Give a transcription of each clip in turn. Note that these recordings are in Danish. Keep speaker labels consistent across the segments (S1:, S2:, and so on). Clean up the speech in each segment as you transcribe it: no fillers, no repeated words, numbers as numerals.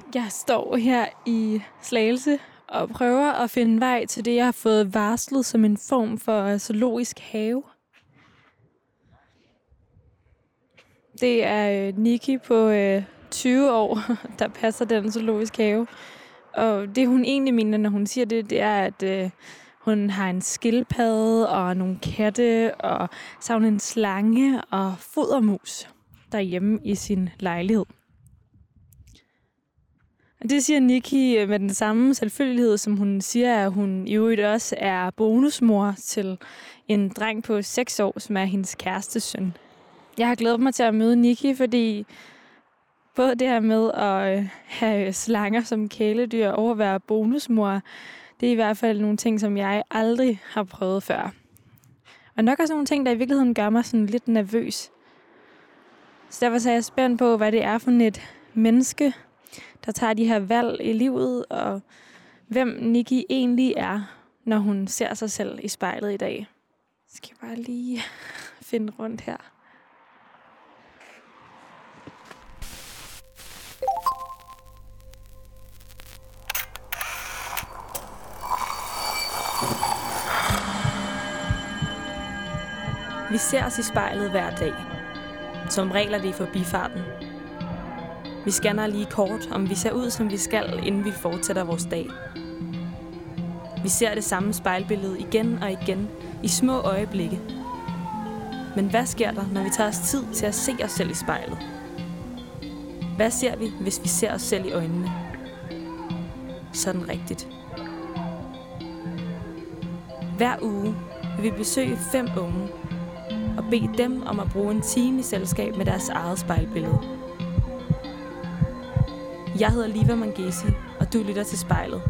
S1: Jeg står her i Slagelse og prøver at finde vej til det, jeg har fået varslet som en form for zoologisk have. Det er Nikki på 20 år, der passer den zoologisk have. Og det, hun egentlig mener, når hun siger det, det er, at hun har en skildpadde og nogle katte, og så har hun en slange og fodermus derhjemme i sin lejlighed. Og det siger Nikki med den samme selvfølgelighed, som hun siger, at hun i øvrigt også er bonusmor til en dreng på 6 år, som er hendes kærestes søn. Jeg har glædet mig til at møde Nikki, fordi både det her med at have slanger som kæledyr og at være bonusmor, det er i hvert fald nogle ting, som jeg aldrig har prøvet før. Og nok også nogle ting, der i virkeligheden gør mig sådan lidt nervøs. Så derfor er jeg spændt på, hvad det er for et menneske, der tager de her valg i livet, og hvem Nikki egentlig er, når hun ser sig selv i spejlet i dag. Skal jeg bare lige finde rundt her. Vi ser os i spejlet hver dag. Som regel er det i forbifarten. Vi scanner lige kort, om vi ser ud, som vi skal, inden vi fortsætter vores dag. Vi ser det samme spejlbillede igen og igen, i små øjeblikke. Men hvad sker der, når vi tager os tid til at se os selv i spejlet? Hvad ser vi, hvis vi ser os selv i øjnene? Sådan rigtigt. Hver uge vil vi besøge 5 unge og bede dem om at bruge en time i selskab med deres eget spejlbillede. Jeg hedder Liva Mangesi, og du lytter til Spejlet.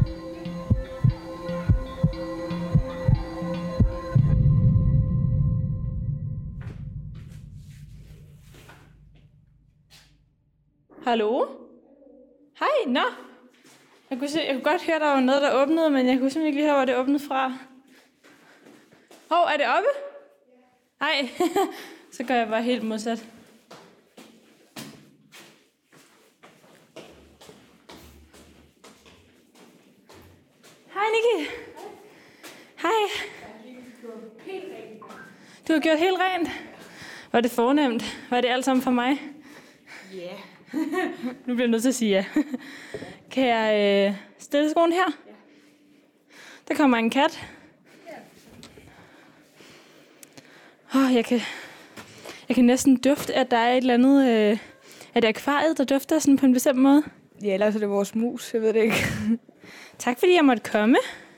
S1: Hallo? Hej, nå. Jeg kunne godt høre, der var noget, der åbnede, men jeg kunne simpelthen ikke lige høre, hvor det åbnede fra. Hov, er det oppe? Nej, så gør jeg bare helt modsat. Hej, Nikki. Hej. Du har gjort helt rent. Var det fornemt? Var det alt sammen for mig?
S2: Ja. Yeah.
S1: Nu bliver jeg nødt til at sige ja. Kan jeg stille skoen her? Ja. Der kommer en kat. Jeg kan næsten dufte, at der er et eller andet... er det akvariet, der dufter sådan på en bestemt måde?
S2: Ja, ellers er det vores mus. Jeg ved det ikke.
S1: Tak fordi jeg måtte komme.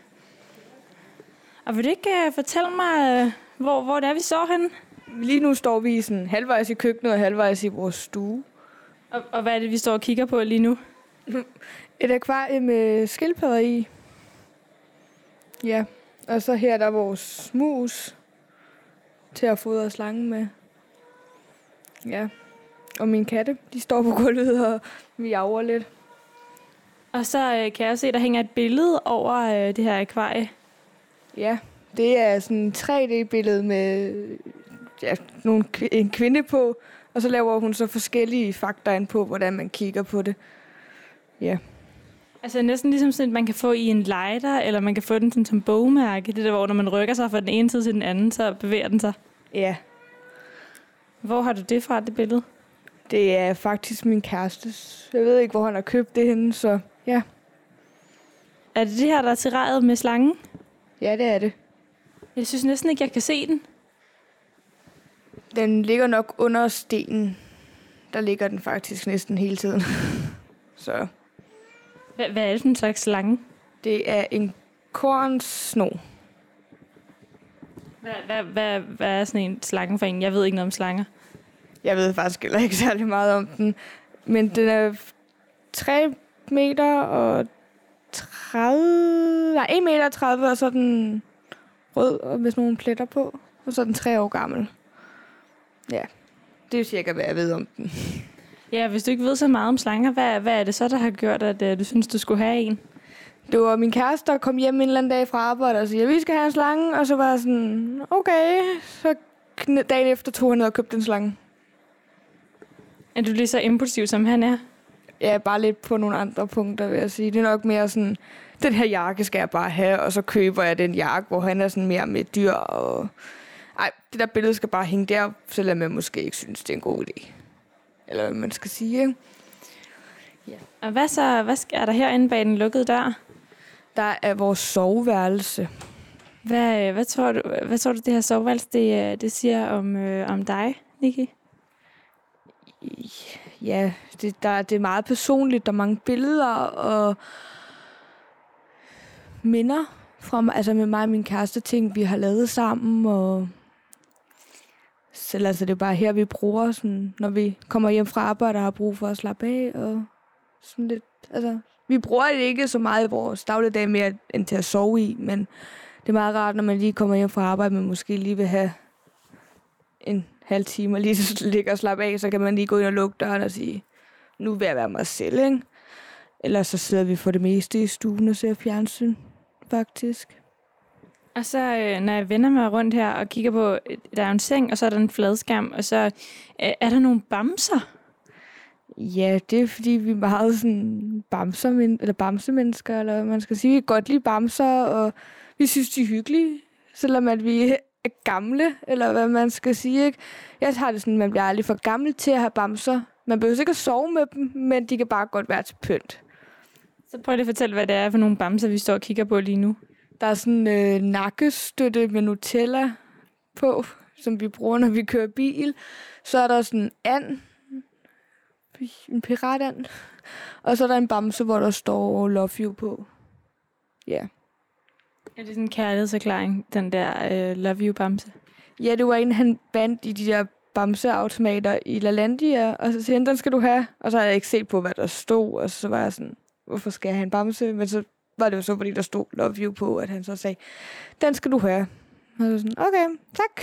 S1: Og vil du ikke fortælle mig, hvor det er, vi står henne?
S2: Lige nu står vi sådan halvvejs i køkkenet og halvvejs i vores stue.
S1: Og hvad er det, vi står og kigger på lige nu?
S2: Et akvarie med skildpadder i. Ja, og så her der er vores mus til at fodre slangen med. Ja, og mine katte, de står på gulvet og miaver lidt.
S1: Og så kan jeg se, at der hænger et billede over det her akvarie.
S2: Ja, det er sådan et 3D-billede med en kvinde på, og så laver hun så forskellige fakta ind på, hvordan man kigger på det. Ja.
S1: Altså næsten ligesom sådan, at man kan få i en lighter, eller man kan få den sådan som bogmærke. Det der, hvor når man rykker sig fra den ene side til den anden, så bevæger den sig.
S2: Ja.
S1: Hvor har du det fra, det billede?
S2: Det er faktisk min kærestes. Jeg ved ikke, hvor han har købt det henne, så ja.
S1: Er det her, der er terrariet med slangen?
S2: Ja, det er det.
S1: Jeg synes næsten ikke, jeg kan se den.
S2: Den ligger nok under stenen. Der ligger den faktisk næsten hele tiden. Så.
S1: Hvad er det for en slags slange?
S2: Det er en kornsno.
S1: Hvad er sådan en slange for en? Jeg ved ikke noget om slanger.
S2: Jeg ved faktisk heller ikke særlig meget om den. Men den er 3 meter og 30... Nej, 1 meter og 30, og så er den rød og med sådan nogle pletter på. Og så er den 3 år gammel. Ja, det er cirka, hvad jeg ved om den.
S1: Ja, hvis du ikke ved så meget om slanger, hvad er det så, der har gjort, at du synes, du skulle have en?
S2: Det var min kæreste, der kom hjem en eller anden dag fra arbejde og sagde, vi skal have en slange. Og så var jeg sådan, okay. Så dagen efter tog han ned og købte en slange.
S1: Er du lige så impulsiv, som han er?
S2: Ja, bare lidt på nogle andre punkter, vil jeg sige. Det er nok mere sådan, den her jakke skal jeg bare have, og så køber jeg den jakke, hvor han er sådan mere med dyr. Og... Ej, det der billede skal bare hænge der, selvom man måske ikke synes, det er en god idé. Eller hvad man skal sige, ikke?
S1: Ja. Og hvad så? Hvad er der herinde bag den lukkede dør?
S2: Der er vores soveværelse.
S1: Hvad tror du, det her soveværelse, det siger om dig, Nikki?
S2: Ja, det er meget personligt. Der er mange billeder og minder fra, altså med mig og min kæreste, ting, vi har lavet sammen. Og selv altså, det er bare her, vi bruger, sådan, når vi kommer hjem fra arbejde og har brug for at slappe af. Og sådan lidt, altså, vi bruger det ikke så meget i vores dagligdag mere end til at sove i, men det er meget rart, når man lige kommer hjem fra arbejde, men måske lige vil have en halv time og lige ligge og slappe af, så kan man lige gå ind og lukke døren og sige, nu vil jeg være mig selv, ikke? Ellers så sidder vi for det meste i stuen og ser fjernsyn, faktisk.
S1: Og så, når jeg vender mig rundt her og kigger på, der er en seng, og så er der en fladskærm, og så er der nogle bamser.
S2: Ja, det er fordi, vi er meget sådan bamsemennesker, eller hvad man skal sige. Vi kan godt lide bamser, og vi synes, de er hyggelige, selvom at vi er gamle, eller hvad man skal sige, ikke? Jeg har det sådan, man bliver aldrig for gammel til at have bamser. Man behøver ikke at sove med dem, men de kan bare godt være til pynt.
S1: Så prøv lige at fortælle, hvad det er for nogle bamser, vi står og kigger på lige nu.
S2: Der er sådan en nakkestøtte med Nutella på, som vi bruger, når vi kører bil. Så er der sådan en piratand. Og så er der en bamse, hvor der står Love You på. Ja. Yeah.
S1: Er det sådan en kærlighedserklæring, den der Love You-bamse?
S2: Ja, det var en, han bandt i de der bamseautomater i LaLandia, og så siger han, den skal du have. Og så havde jeg ikke set på, hvad der stod, og så var jeg sådan, hvorfor skal jeg have en bamse? Men så var det jo så, fordi der stod Love You på, at han så sagde, den skal du have. Og så sådan, okay, tak.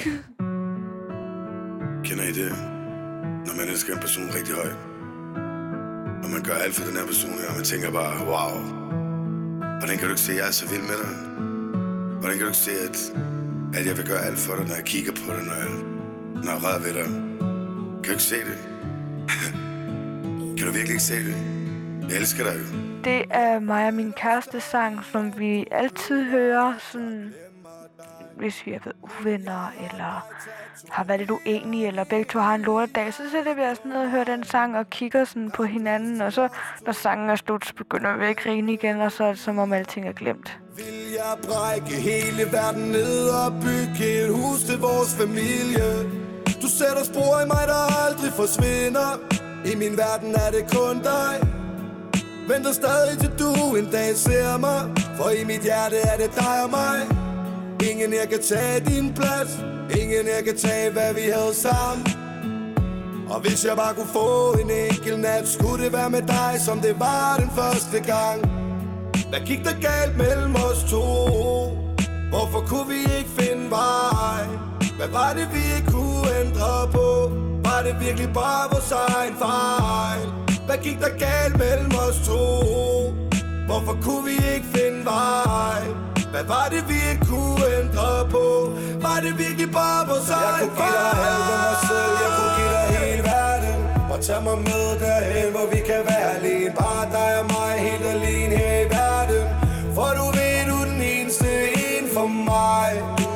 S3: Kender I det, når man elsker en person rigtig højt? Og man gør alt for den her person, og man tænker bare, wow. Hvordan kan du ikke se, at jeg er så vild med dig? Hvordan kan du ikke se, at jeg vil gøre alt for dig, når jeg kigger på dig, når jeg rører ved dig? Kan du ikke se det? Kan du virkelig ikke se det? Jeg elsker dig jo.
S2: Det er mig og min kæreste sang, som vi altid hører, sådan, hvis vi er blevet uvenner, eller har været lidt uenige, eller begge to har en lortedag, så sætter vi os ned og hører den sang og kigger sådan på hinanden, og så når sangen er slut, så begynder vi at grine igen, og så er det som om alting er glemt.
S4: Vil jeg brække hele verden ned og bygge et hus til vores familie. Du sætter spor i mig, der aldrig forsvinder. I min verden er det kun dig. Venter stadig til du en dag ser mig, for i mit hjerte er det dig og mig. Ingen her kan tage din plads, ingen her kan tage hvad vi havde sammen. Og hvis jeg bare kunne få en enkelt nat, skulle det være med dig, som det var den første gang. Hvad gik der galt mellem os to? Hvorfor kunne vi ikke finde vej? Hvad var det vi ikke kunne ændre på? Var det virkelig bare vores egen fejl? Hvad gik der galt mellem os to? Hvorfor kunne vi ikke finde vej? Hvad var det vi ikke kunne ændre på? Var det virkelig bare vores egen fejl? Jeg kunne give dig alt af mig selv, jeg kunne give dig hele verden. Og tage mig med derhen, hvor vi kan være alene. Bare dig og mig, helt alene her i verden. For du ved, du er den eneste en for mig.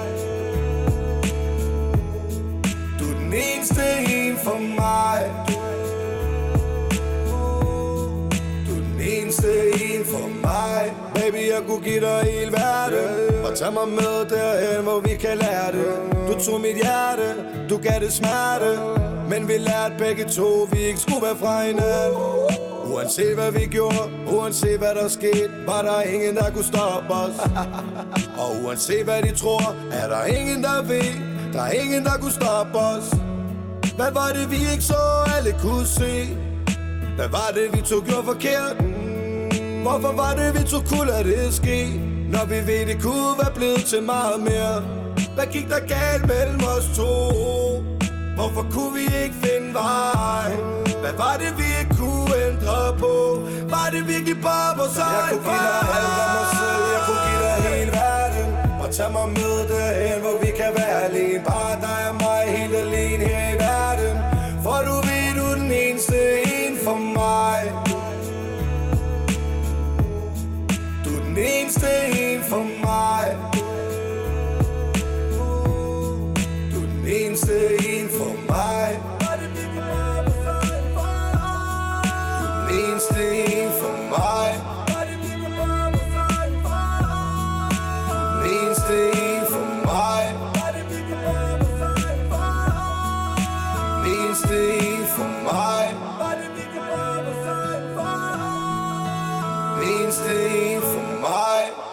S4: Du er den eneste en for mig. En for mig. Baby, jeg kunne give dig hele verden og tage mig med derhen, hvor vi kan lære det. Du tog mit hjerte, du gav det smerte, men vi lærte begge to, vi ikke skulle være fra hinanden. Uanset hvad vi gjorde, uanset hvad der skete, var der ingen, der kunne stoppe os. Og uanset hvad de tror, er der ingen, der ved, der er ingen, der kunne stoppe os. Hvad var det, vi ikke så, alle kunne se? Hvad var det, vi to gjorde forkert? Hvorfor var det, vi to kunne lade det ske? Når vi ved, det kunne være blevet til meget mere. Hvad gik der galt mellem os to? Hvorfor kunne vi ikke finde vej? Hvad var det, vi ikke kunne ændre på? Var det virkelig bare vores egen fejl? Jeg kunne give dig alt af mig selv, jeg kunne give dig hele verden. Og tage mig med derhen, hvor vi kan være alene. Bare dig og mig, helt alene her i verden. For du ved, du er den eneste en for mig.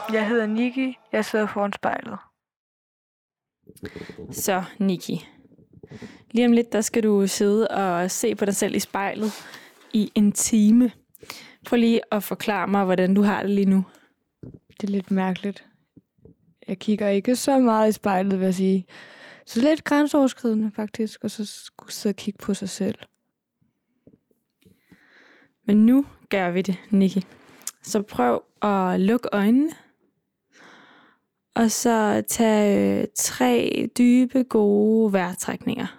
S2: Jeg hedder Nikki. Jeg sidder foran spejlet.
S1: Så, Nikki. Lige om lidt, der skal du sidde og se på dig selv i spejlet i en time. Prøv lige at forklare mig, hvordan du har det lige nu.
S2: Det er lidt mærkeligt. Jeg kigger ikke så meget i spejlet, vil jeg sige. Så lidt grænseoverskridende, faktisk. Og så skulle sidde og kigge på sig selv.
S1: Men nu gør vi det, Nikki. Så prøv at lukke øjnene. Og så tag 3 dybe, gode vejrtrækninger.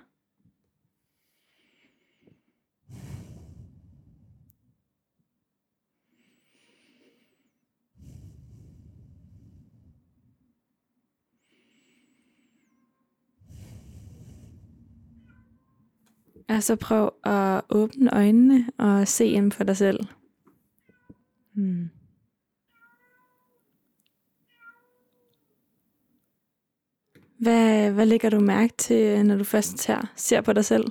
S1: Og så prøv at åbne øjnene og se ind for dig selv. Hvad lægger du mærke til, når du først ser på dig selv?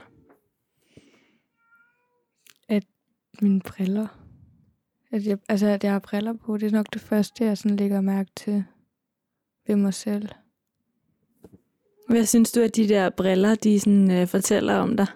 S2: At mine briller. At jeg har briller på, det er nok det første, jeg sådan lægger mærke til ved mig selv.
S1: Hvad synes du, at de der briller, de sådan, fortæller om dig?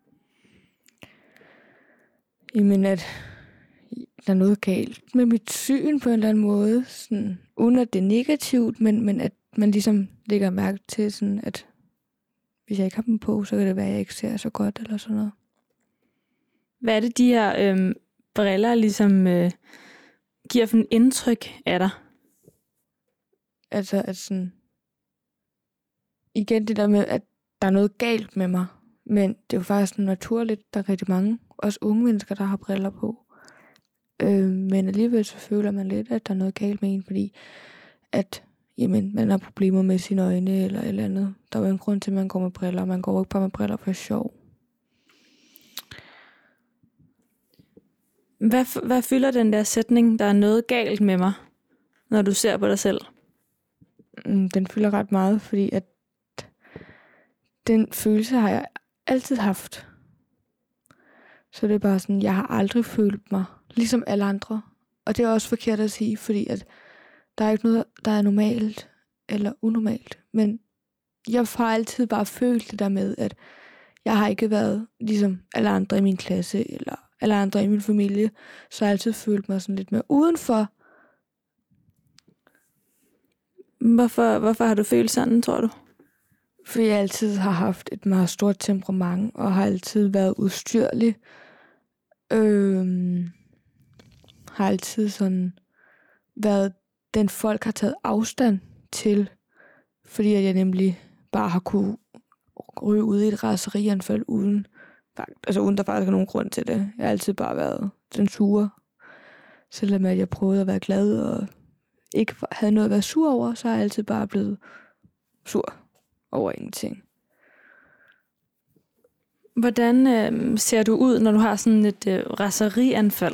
S2: Jamen, at der er noget galt med mit syn på en eller anden måde. Sådan, uden at det er negativt, men at man ligesom lægger mærke til, sådan, at hvis jeg ikke har dem på, så kan det være, at jeg ikke ser så godt eller sådan noget.
S1: Hvad er det, de her briller ligesom giver for en indtryk af dig?
S2: Altså, at sådan... Igen det der med, at der er noget galt med mig. Men det er jo faktisk naturligt. Der er rigtig mange, også unge mennesker, der har briller på. Men alligevel så føler man lidt, at der er noget galt med en, fordi at man har problemer med sine øjne eller et eller andet. Der er jo en grund til, at man går med briller. Man går ikke bare med briller for sjov.
S1: Hvad fylder den der sætning, der er noget galt med mig, når du ser på dig selv?
S2: Den fylder ret meget, fordi at den følelse har jeg altid haft. Så det er bare sådan, jeg har aldrig følt mig ligesom alle andre. Og det er også forkert at sige, fordi at der er ikke noget, der er normalt eller unormalt. Men jeg har altid bare følt det der med, at jeg har ikke været ligesom alle andre i min klasse, eller alle andre i min familie. Så jeg har altid følt mig sådan lidt mere udenfor.
S1: Hvorfor har du følt sådan, tror du?
S2: Fordi jeg altid har haft et meget stort temperament, og har altid været udstyrlig. Har altid sådan været den folk har taget afstand til, fordi at jeg nemlig bare har kunne ryge ud i et raserianfald uden der faktisk er nogen grund til det. Jeg har altid bare været den sure. Selvom at jeg prøvede at være glad og ikke havde noget at være sur over, så er jeg altid bare blevet sur over ingenting.
S1: Hvordan ser du ud, når du har sådan et raserianfald?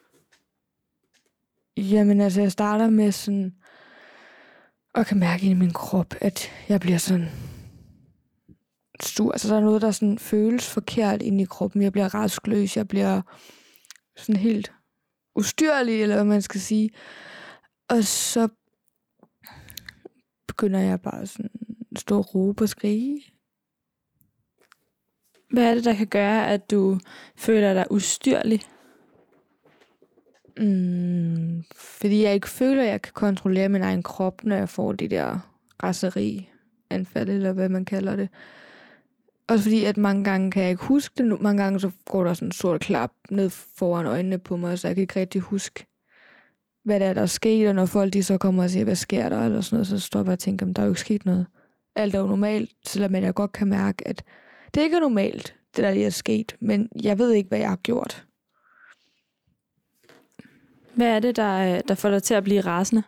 S2: Jamen altså, jeg starter med sådan, og kan mærke i min krop, at jeg bliver sådan sur. Altså, der er noget, der sådan føles forkert inde i kroppen. Jeg bliver rastløs, jeg bliver sådan helt ustyrlig, eller hvad man skal sige. Og så begynder jeg bare sådan at stå og råbe og skrige.
S1: Hvad er det, der kan gøre, at du føler dig ustyrlig?
S2: Fordi jeg ikke føler, at jeg kan kontrollere min egen krop, når jeg får de der raserianfald, eller hvad man kalder det. Også fordi, at mange gange kan jeg ikke huske det. Mange gange så går der sådan en sort klap ned foran øjnene på mig, så jeg kan ikke rigtig huske, hvad der er sket. Og når folk de så kommer og siger, hvad sker der, eller sådan noget, så står jeg bare og tænker, der er jo ikke sket noget. Alt er jo normalt, selvom jeg godt kan mærke, at det ikke er normalt, det der lige er sket. Men jeg ved ikke, hvad jeg har gjort.
S1: Hvad er det, der får dig til at blive rasende?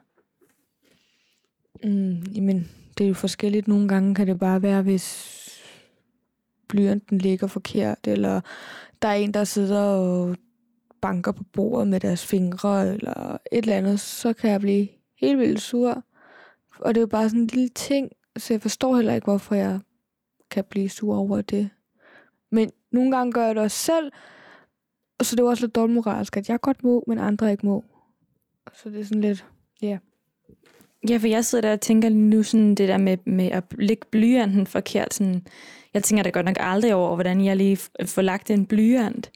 S2: Jamen, det er jo forskelligt. Nogle gange kan det bare være, hvis blyanten ligger forkert, eller der er en, der sidder og banker på bordet med deres fingre, eller et eller andet, så kan jeg blive helt vildt sur. Og det er jo bare sådan en lille ting, så jeg forstår heller ikke, hvorfor jeg kan blive sur over det. Men nogle gange gør jeg det også selv, og så det er jo også lidt dobbeltmoralsk, at jeg godt må, men andre ikke må. Så det er sådan lidt, ja.
S1: Ja, for jeg sidder der og tænker lige nu sådan det der med at lægge blyanten forkert. Sådan, jeg tænker da godt nok aldrig over, hvordan jeg lige får lagt en blyant.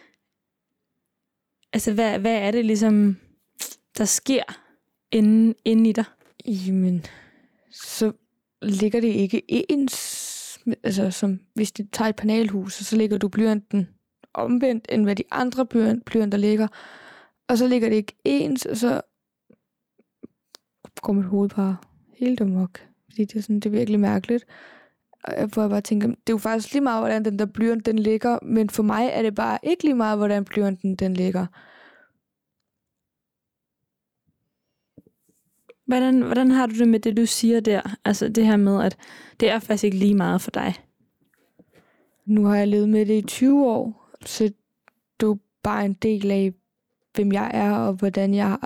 S1: Altså, hvad er det ligesom, der sker inde i dig?
S2: Jamen, så ligger det ikke ens. Altså, som hvis du tager et panelhus, så ligger du blyanten omvendt, end hvad de andre blyanter ligger. Og så ligger det ikke ens, og så går mit hoved bare helt amok. Fordi det er virkelig mærkeligt. Og jeg får bare tænke, det er jo faktisk lige meget, hvordan den der blyant den ligger, men for mig er det bare ikke lige meget, hvordan blyanten den ligger.
S1: Hvordan har du det med det, du siger der? Altså det her med, at det er faktisk ikke lige meget for dig.
S2: Nu har jeg levet med det i 20 år, så det er bare en del af, hvem jeg er, og hvordan jeg...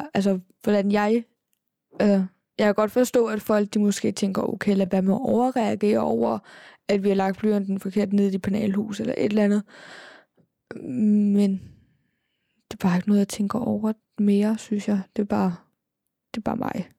S2: Jeg kan godt forstå, at folk de måske tænker, okay, lad være med at overreagere over, at vi har lagt blyanten forkert ned i panelhus eller et eller andet. Men det er bare ikke noget, jeg tænker over mere, synes jeg. Det er bare mig.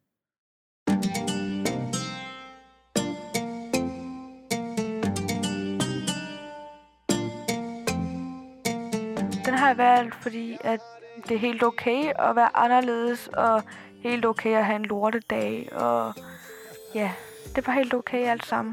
S2: Den har jeg valgt, fordi at det er helt okay at være anderledes, og helt okay at have en lortedag, og ja, det er bare helt okay alt sammen.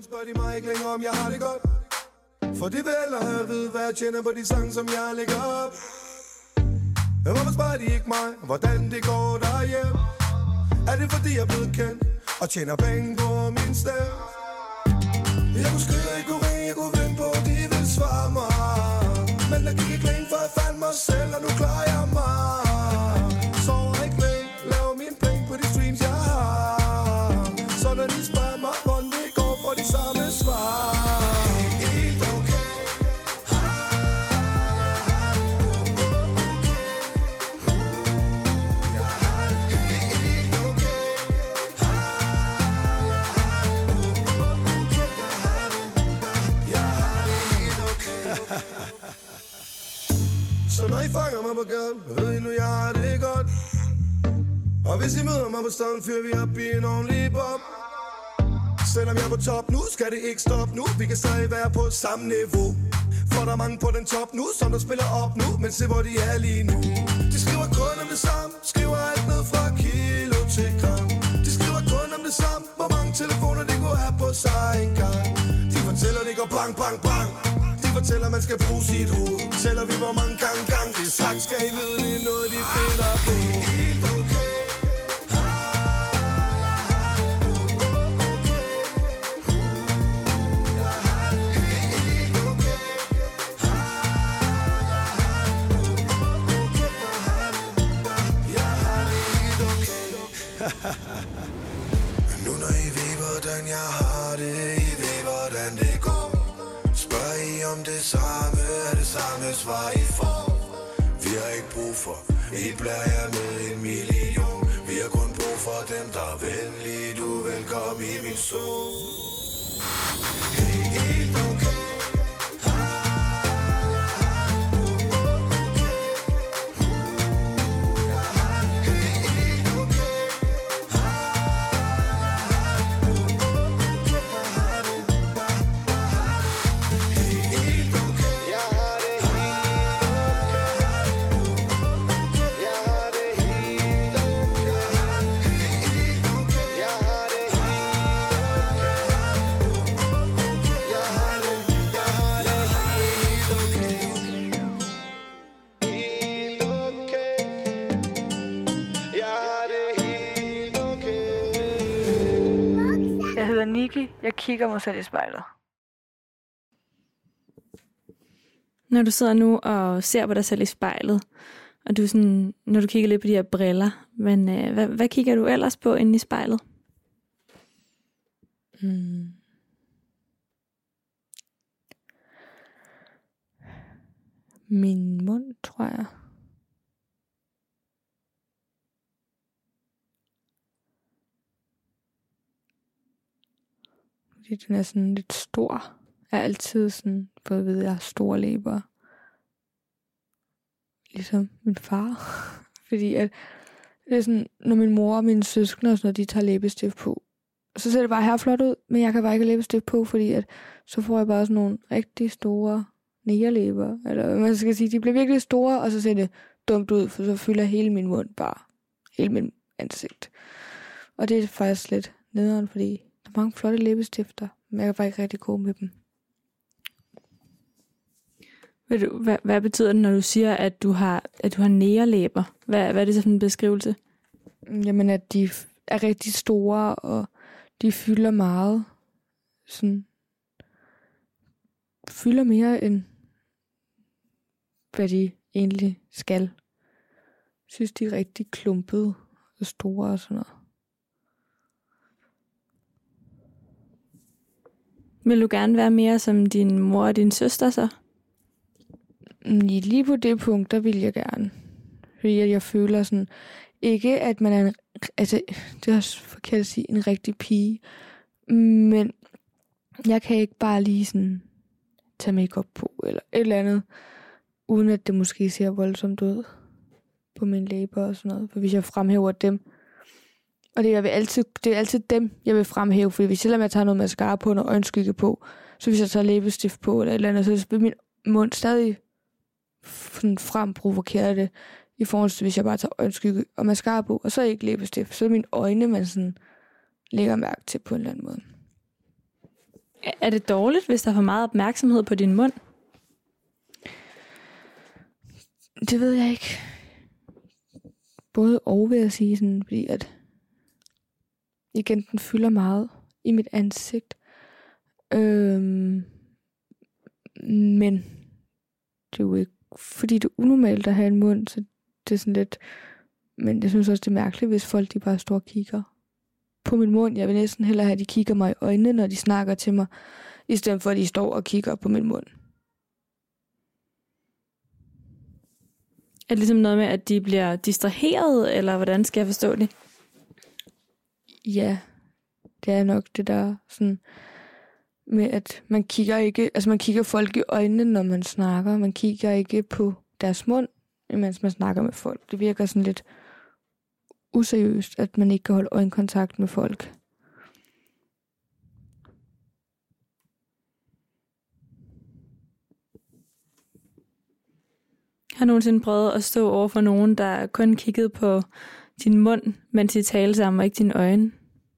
S4: For det vil hellere vide, hvad jeg tjener på de sange, som jeg lægger op. Men hvorfor spørger de ikke mig, hvordan det går derhjemme? Er det fordi jeg er blevet kendt, og tjener penge på min stemme? Jeg kunne skrive, jeg kunne ringe, jeg kunne vente på, de vil svare mig. Men der gik ikke længe, for jeg fandt mig selv, og nu klarer jeg mig. Sover ikke længe, laver mine penge på de streams, jeg har. Så når de spørger mig, hvordan det går, får de samme svar. Helt okay. Så når I fanger mig på gaden, ved I nu, jeg har det godt. Og hvis I møder mig på staden, fyrer vi op i en ordentlig bob. Selvom jeg er på top nu, skal det ikke stoppe nu. Vi kan stadig være på samme niveau. For der er mange på den top nu, som der spiller op nu. Men se hvor de er lige nu. De skriver kun om det samme, skriver alt ned fra kilo til gram. De skriver kun om det samme, hvor mange telefoner de kunne have på sig en gang. De fortæller, det går bang, bang, bang. Fortæller, man skal bruge sit hoved. Tæller vi, hvor mange gang det er sagt. Skal I vide, det er noget, de finder på. Helt okay. Nu når I ved, hvordan jeg har det, I ved, hvordan det går. Spørg I om det samme, er det samme svar I får. Vi har ikke brug for et blære med 1 million. Vi har kun brug for dem, der er venlige. Du er velkommen i min sol. Hey, helt okay.
S2: Jeg hedder Nikki. Jeg kigger mig selv i spejlet.
S1: Når du sidder nu og ser på dig selv i spejlet, og du sådan, når du kigger lidt på de her briller, men hvad kigger du ellers på inde i spejlet?
S2: Min mund, tror jeg. Fordi den er sådan lidt stor. Jeg er altid sådan, for at vide, at jeg har store læber. Ligesom min far. Fordi at Det er sådan, når min mor og mine søskende og sådan noget, de tager læbestift på. Så ser det bare her flot ud, men jeg kan bare ikke have læbestift på, fordi at, så får jeg bare sådan nogle rigtig store negerlæber. Eller hvad man skal sige, de bliver virkelig store, og så ser det dumt ud, for så fylder hele min mund bare. Hele min ansigt. Og det er faktisk lidt nederen, fordi der er mange flotte læbestifter, men jeg kan bare ikke rigtig gå med dem.
S1: Hvad betyder det, når du siger, at du har negerlæber? Hvad er det så for en beskrivelse?
S2: Jamen, at de er rigtig store, og de fylder meget. Sådan, fylder mere end hvad de egentlig skal. Jeg synes, de er rigtig klumpede og store og sådan noget.
S1: Vil du gerne være mere som din mor og din søster så?
S2: Lige på det punkt, der vil jeg gerne. Fordi jeg føler sådan, ikke at man er altså, det er også forkert at sige, en rigtig pige. Men jeg kan ikke bare lige sådan tage makeup på, eller et eller andet, uden at det måske ser voldsomt ud på mine læber og sådan noget. For hvis jeg fremhæver dem, og det er altid dem, jeg vil fremhæve, fordi hvis selvom jeg tager noget mascara på, noget øjenskygge på, så hvis jeg tager læbestift på, eller et eller andet, så vil min mund stadig fremprovokere det, i forhold til, hvis jeg bare tager øjenskygge og mascara på, og så ikke læbestift, så er mine øjne, man sådan lægger mærke til på en eller anden måde.
S1: Er det dårligt, hvis der er for meget opmærksomhed på din mund?
S2: Det ved jeg ikke. Både og vil jeg sige sådan, fordi at igen, den fylder meget i mit ansigt. Men det er jo ikke, fordi det er unormalt at have en mund, så det er sådan lidt, men jeg synes også, det er mærkeligt, hvis folk de bare står og kigger på min mund. Jeg vil næsten hellere have, at de kigger mig i øjnene, når de snakker til mig, i stedet for, at de står og kigger på min mund.
S1: Er det ligesom noget med, at de bliver distraheret, eller hvordan skal jeg forstå det?
S2: Ja, det er nok det der sådan med, at man kigger folk i øjnene, når man snakker. Man kigger ikke på deres mund, mens man snakker med folk. Det virker sådan lidt useriøst, at man ikke kan holde øjenkontakt med folk.
S1: Har du nogensinde prøvet at stå over for nogen, der kun kiggede på din mund, mens de talte sammen, og ikke dine øjne?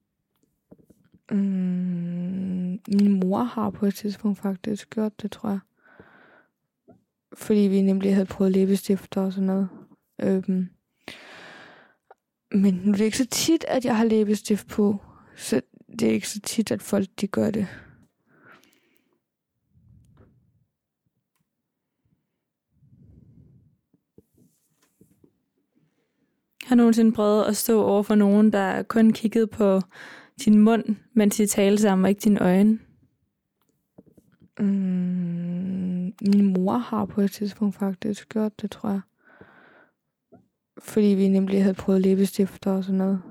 S2: Min mor har på et tidspunkt faktisk gjort det, tror jeg. Fordi vi nemlig havde prøvet læbestifter og sådan noget. Men nu er det ikke så tit, at jeg har læbestift på. Så det er ikke så tit, at folk de gør det.
S1: Har du nogensinde prøvet at stå over for nogen, der kun kiggede på din mund, mens de talte sammen, og ikke dine øjne?
S2: Min mor har på et tidspunkt faktisk gjort det, tror jeg. Fordi vi nemlig havde prøvet læbestifter og sådan noget.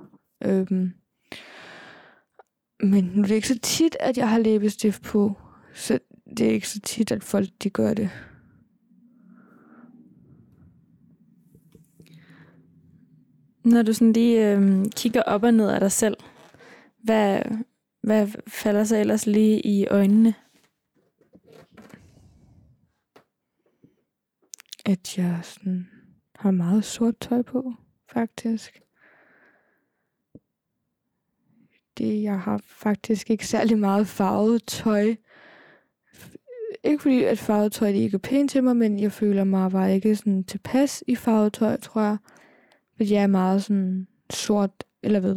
S2: Men nu er det ikke så tit, at jeg har læbestift på. Så det er ikke så tit, at folk de gør det.
S1: Når du sådan lige kigger op og ned af dig selv, hvad falder så ellers lige i øjnene?
S2: At jeg sådan har meget sort tøj på, faktisk. Jeg har faktisk ikke særlig meget farvet tøj. Ikke fordi, at farvet tøj ikke er pænt til mig, men jeg føler mig bare ikke sådan tilpas i farvet tøj, tror jeg. Fordi jeg er meget sådan sort eller hvid.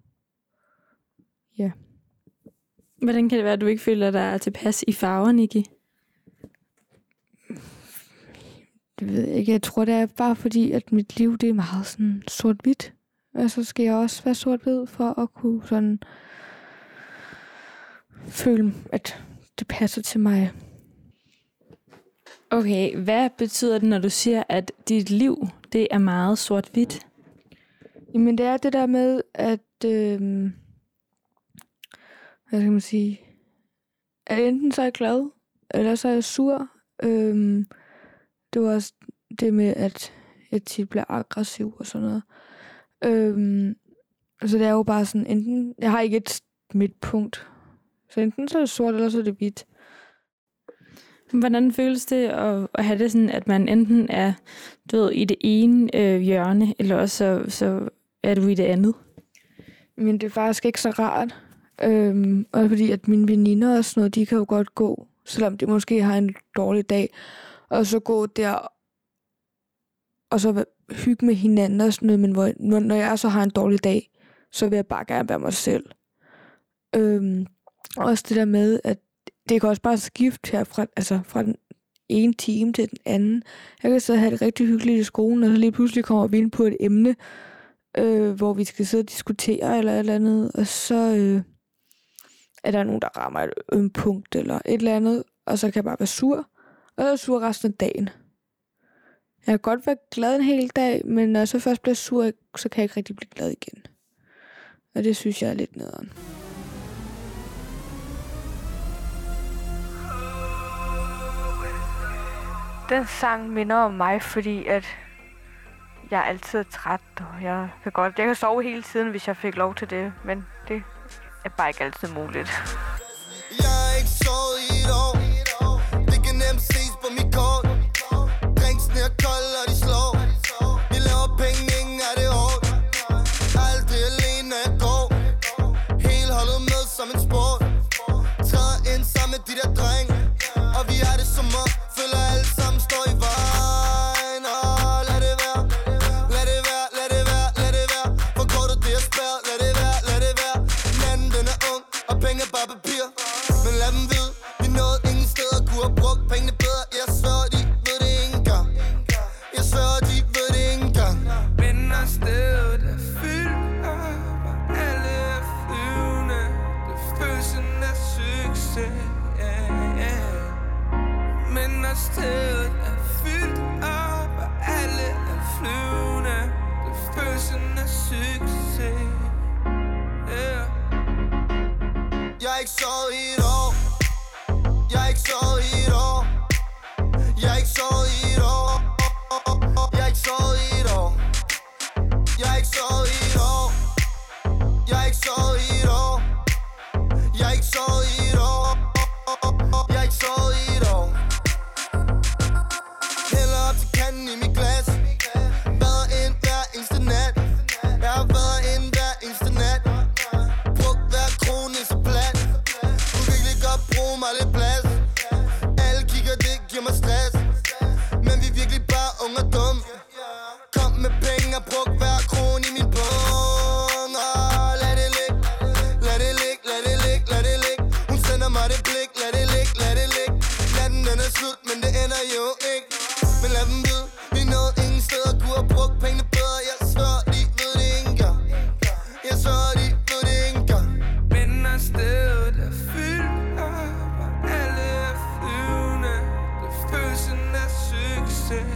S2: Ja.
S1: Hvordan kan det være, at du ikke føler dig tilpas i farver, Nikki?
S2: Det ved jeg ikke. Jeg tror, det er bare fordi, at mit liv det er meget sådan sort-hvidt. Og så skal jeg også være sort-hvid for at kunne sådan føle, at det passer til mig.
S1: Okay, hvad betyder det, når du siger, at dit liv, det er meget sort-hvidt?
S2: Jamen, det er det der med, at hvad skal man sige? At enten så er jeg glad, eller så er jeg sur. Det var også det med, at jeg tit bliver aggressiv og sådan noget. Så det er jo bare sådan, enten... Jeg har ikke et midtpunkt. Så enten så er det sort, eller så er det hvidt.
S1: Hvordan føles det at have det sådan, at man enten er i det ene hjørne, eller også så er du i det andet?
S2: Men det er faktisk ikke så rart. Og fordi at mine veninder og sådan noget, de kan jo godt gå, selvom de måske har en dårlig dag, og så gå der, og så hygge med hinanden og sådan noget, men når jeg så har en dårlig dag, så vil jeg bare gerne være mig selv. Også det der med, at det kan også bare skifte her fra den ene time til den anden. Jeg kan så have det rigtig hyggeligt i skolen, og så lige pludselig kommer vi ind på et emne, hvor vi skal sidde og diskutere eller et eller andet, og så er der nogen, der rammer et punkt eller et eller andet, og så kan jeg bare være sur, og så er jeg sur resten af dagen. Jeg kan godt være glad en hel dag, men når jeg så først bliver sur, så kan jeg ikke rigtig blive glad igen. Og det synes jeg er lidt nederen. Den sang minder om mig, fordi at jeg er altid træt, og jeg kan sove hele tiden, hvis jeg fik lov til det, men det er bare ikke altid muligt.
S4: Jeg er ikke sovet i et år. Det kan nemt ses på mit kort. Drinksene er kolde, og de slår. Vi laver penge, ingen er det hårdt. Aldrig alene, når jeg går. Hele holdet med som en sport. Træder ind sammen med de der drenge. Og vi har det som om, føler alle sammen står i vejen. Og lad det være, lad det være, lad det være, lad det være. For kortet det er spærret, lad det være, lad det være. Manden den er ung, og penge er bare papir. Men lad dem vide, vi nåede ingen steder. Kunne have brugt pengene bedre. Jeg svær, de ved det ikke engang. Jeg svær, de ved det ikke engang. Men når stedet er fyldt op, og alle er flyvende, det følelsen af succes. Men når stedet er fyldt op, og alle er flyvende, det følelsen af succes. Jeg er ikke sovet i et år. Jeg er ikke sovet i et år. Jeg er ikke sovet i et år. Jeg er ikke sovet i et år. Jeg er ikke sovet i et år. Jeg er ikke sovet i et år. Jeg er ikke sovet i et år. Jeg er ikke sovet i et år. Hælder op til kanden i mit glas. Været ind hver eneste nat. Jeg har været ind hver eneste nat. Brugt hver krone så plat. Du kan virkelig godt bruge mig lidt plads. Alle kigger, det giver mig stress. Men vi er virkelig bare unge og dumme. Kom med penge og brug hver krone i min pung. Lad det ligge, lad det ligge, lad det ligge, lad det ligge. Hun sender mig det blik, lad det ligge, lad det ligge. Natten den er slut, men det ender jo ikke. Men lad dem vide, vi nåede ingen steder. Kunne have brugt pengene bedre. Jeg svær, de ved det ikke engang. Jeg svær, de ved det ikke engang. Men når stedet er fyldt op, og alle er flyvende, det følelsen af succes.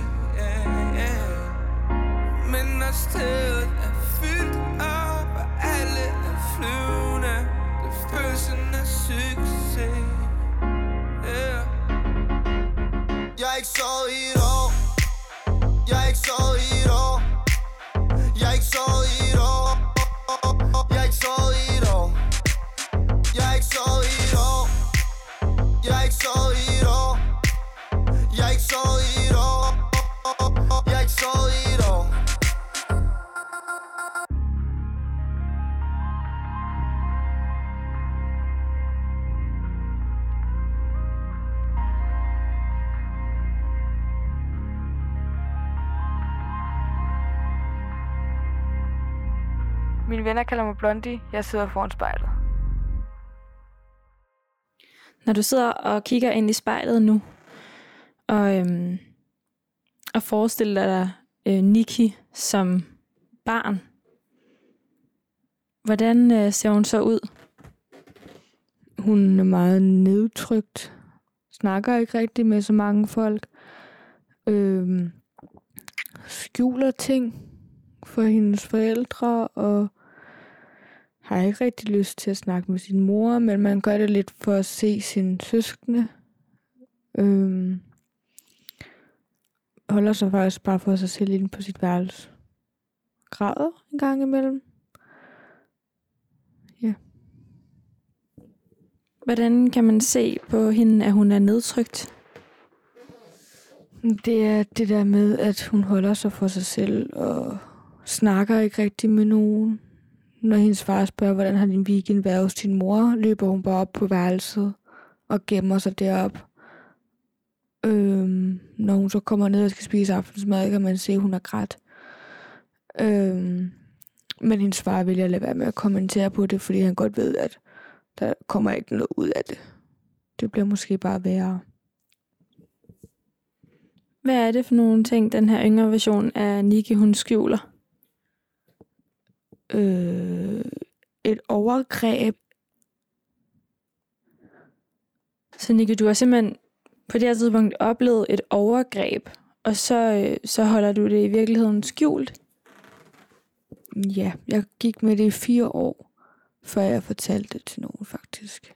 S4: Men når stedet er fyldt op, og alle er flyvende, det følelsen af succes. Jeg er ikke sovet i et år. Jeg er ikke sovet i et år. Jeg er ikke sovet i et år. Jeg er ikke sovet i et år. Jeg er ikke sovet i et år. Jeg er ikke sovet i et år. Jeg er ikke sovet i et år. Jeg er ikke sovet i et år.
S2: Mine venner kalder mig Blondie. Jeg sidder foran spejlet.
S1: Når du sidder og kigger ind i spejlet nu, og forestiller dig Nikki som barn, hvordan ser hun så ud?
S2: Hun er meget nedtrykt. Snakker ikke rigtig med så mange folk. Skjuler ting for hendes forældre, og har ikke rigtig lyst til at snakke med sin mor, men man gør det lidt for at se sine søskende. Holder sig faktisk bare for sig selv inde på sit værelse. græder en gang imellem. Ja.
S1: Hvordan kan man se på hende, at hun er nedtrykt?
S2: Det er det der med, at hun holder sig for sig selv og snakker ikke rigtig med nogen. Når hendes far spørger, hvordan har din weekend været hos din mor, løber hun bare op på værelset og gemmer sig derop. Når hun så kommer ned og skal spise aftensmad, kan man se, at hun er grædt. Men hendes far vælger at lade være med at kommentere på det, fordi han godt ved, at der kommer ikke noget ud af det. Det bliver måske bare værre.
S1: Hvad er det for nogle ting, den her yngre version af Nikki, hun skjuler?
S2: Et overgreb.
S1: Så Nikki, du har simpelthen på det her tidspunkt oplevet et overgreb, og så holder du det i virkeligheden skjult?
S2: Ja, jeg gik med det i 4 år, før jeg fortalte det til nogen, faktisk.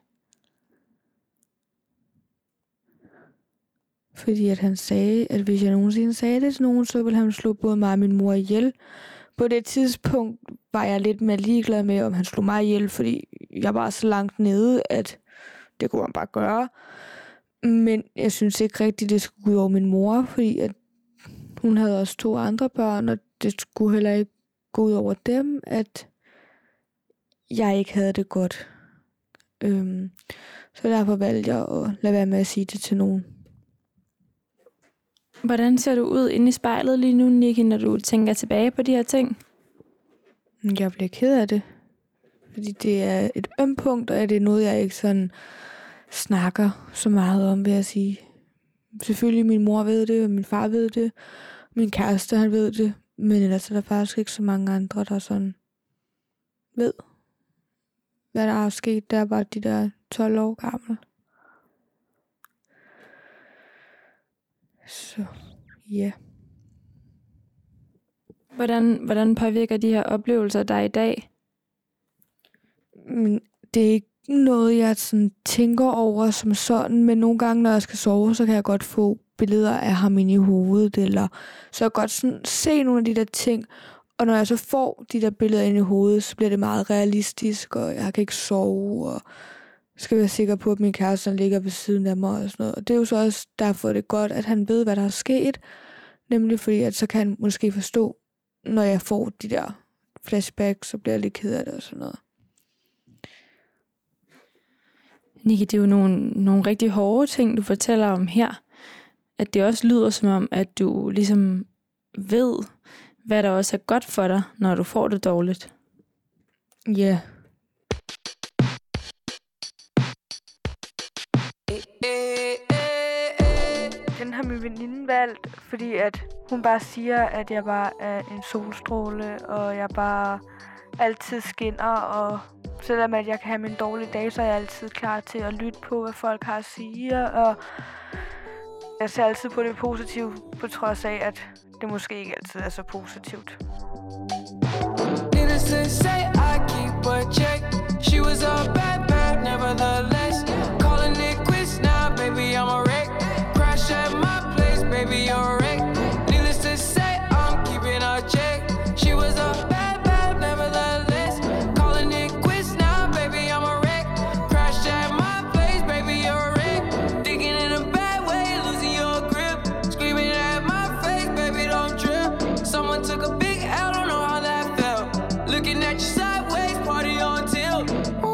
S2: Fordi at han sagde, at hvis jeg nogensinde sagde det til nogen, så ville han slå både mig og min mor ihjel. På det tidspunkt var jeg lidt mere ligeglad med, om han slog mig ihjel, fordi jeg var så langt nede, at det kunne han bare gøre. Men jeg synes ikke rigtigt, det skulle gå ud over min mor, fordi at hun havde også 2 andre børn, og det skulle heller ikke gå ud over dem, at jeg ikke havde det godt. Så derfor valgte jeg at lade være med at sige det til nogen.
S1: Hvordan ser du ud inde i spejlet lige nu, Nikki, når du tænker tilbage på de her ting?
S2: Jeg bliver ked af det. Fordi det er et ømpunkt, og det er noget, jeg ikke sådan snakker så meget om, vil jeg sige. Selvfølgelig min mor ved det, og min far ved det. Min kæreste, han ved det. Men ellers er der faktisk ikke så mange andre, der sådan ved, hvad der er sket, der var de der 12 år gammel. Så, ja.
S1: Hvordan påvirker de her oplevelser dig i dag?
S2: Men det er ikke noget, jeg sådan tænker over som sådan, men nogle gange, når jeg skal sove, så kan jeg godt få billeder af ham inde i hovedet, eller så jeg godt sådan se nogle af de der ting, og når jeg så får de der billeder inde i hovedet, så bliver det meget realistisk, og jeg kan ikke sove, og skal være sikker på, at min kæreste ligger ved siden af mig og sådan noget. Og det er jo så også derfor, det er godt, at han ved, hvad der er sket, nemlig fordi, at så kan han måske forstå, når jeg får de der flashbacks, så bliver jeg lidt ked af det og sådan noget.
S1: Nikki, det er jo nogle rigtig hårde ting, du fortæller om her. At det også lyder som om, at du ligesom ved, hvad der også er godt for dig, når du får det dårligt.
S2: Ja. Yeah. Den har min veninde valgt, fordi at hun bare siger, at jeg bare er en solstråle, og jeg bare altid skinner, og selvom at jeg kan have min dårlige dage, så er jeg altid klar til at lytte på, hvad folk har at sige, og jeg ser altid på det positive, på trods af, at det måske ikke altid er så positivt. Needless to say, I keep a check. She was a bad, nevertheless. Calling it quits now, baby, I'm a wreck. Crash at my place, baby, you're a wreck. Needless to say, I'm keeping a check. She was a bad, nevertheless. Calling it quits now, baby, I'm a wreck. Crash at my place, baby, you're a wreck. Thinking in a bad way, losing your grip. Screaming at my face, baby, don't trip. Someone took a big L, don't know how that felt. Looking at you sideways, party on tilt.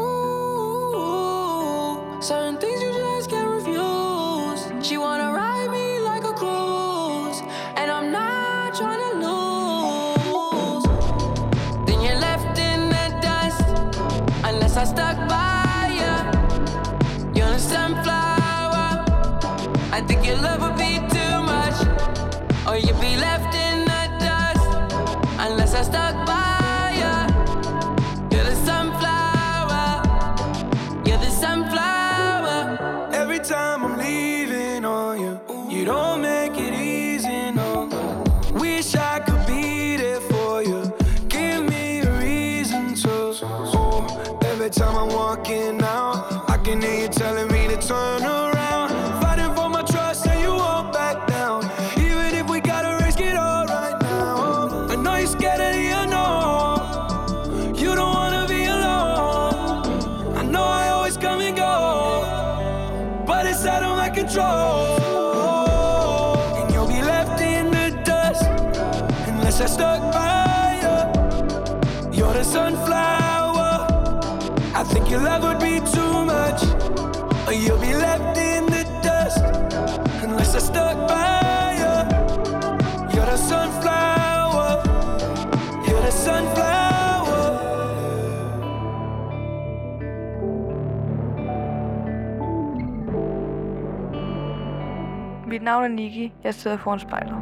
S2: Ooh, certain things you just can't refuse. She wanna ride me like a cruise, and I'm not trying to lose. Then you're left in the dust, unless I stuck by you. You're a sunflower. I think your love would be too much, or you'd be left in the dust, unless I stuck by you. You're the sunflower. You're the sunflower. Every time I'm leaving on you, you don't make it easy, no. Wish I
S5: control. And you'll be left in the dust unless I stuck by you. You're the sunflower. I think your love would be too much, or you'll be left in the dust unless I stuck by you. You're the sunflower. You're the sunflower.
S2: Mit navn er Nikki. Jeg sidder foran spejlet.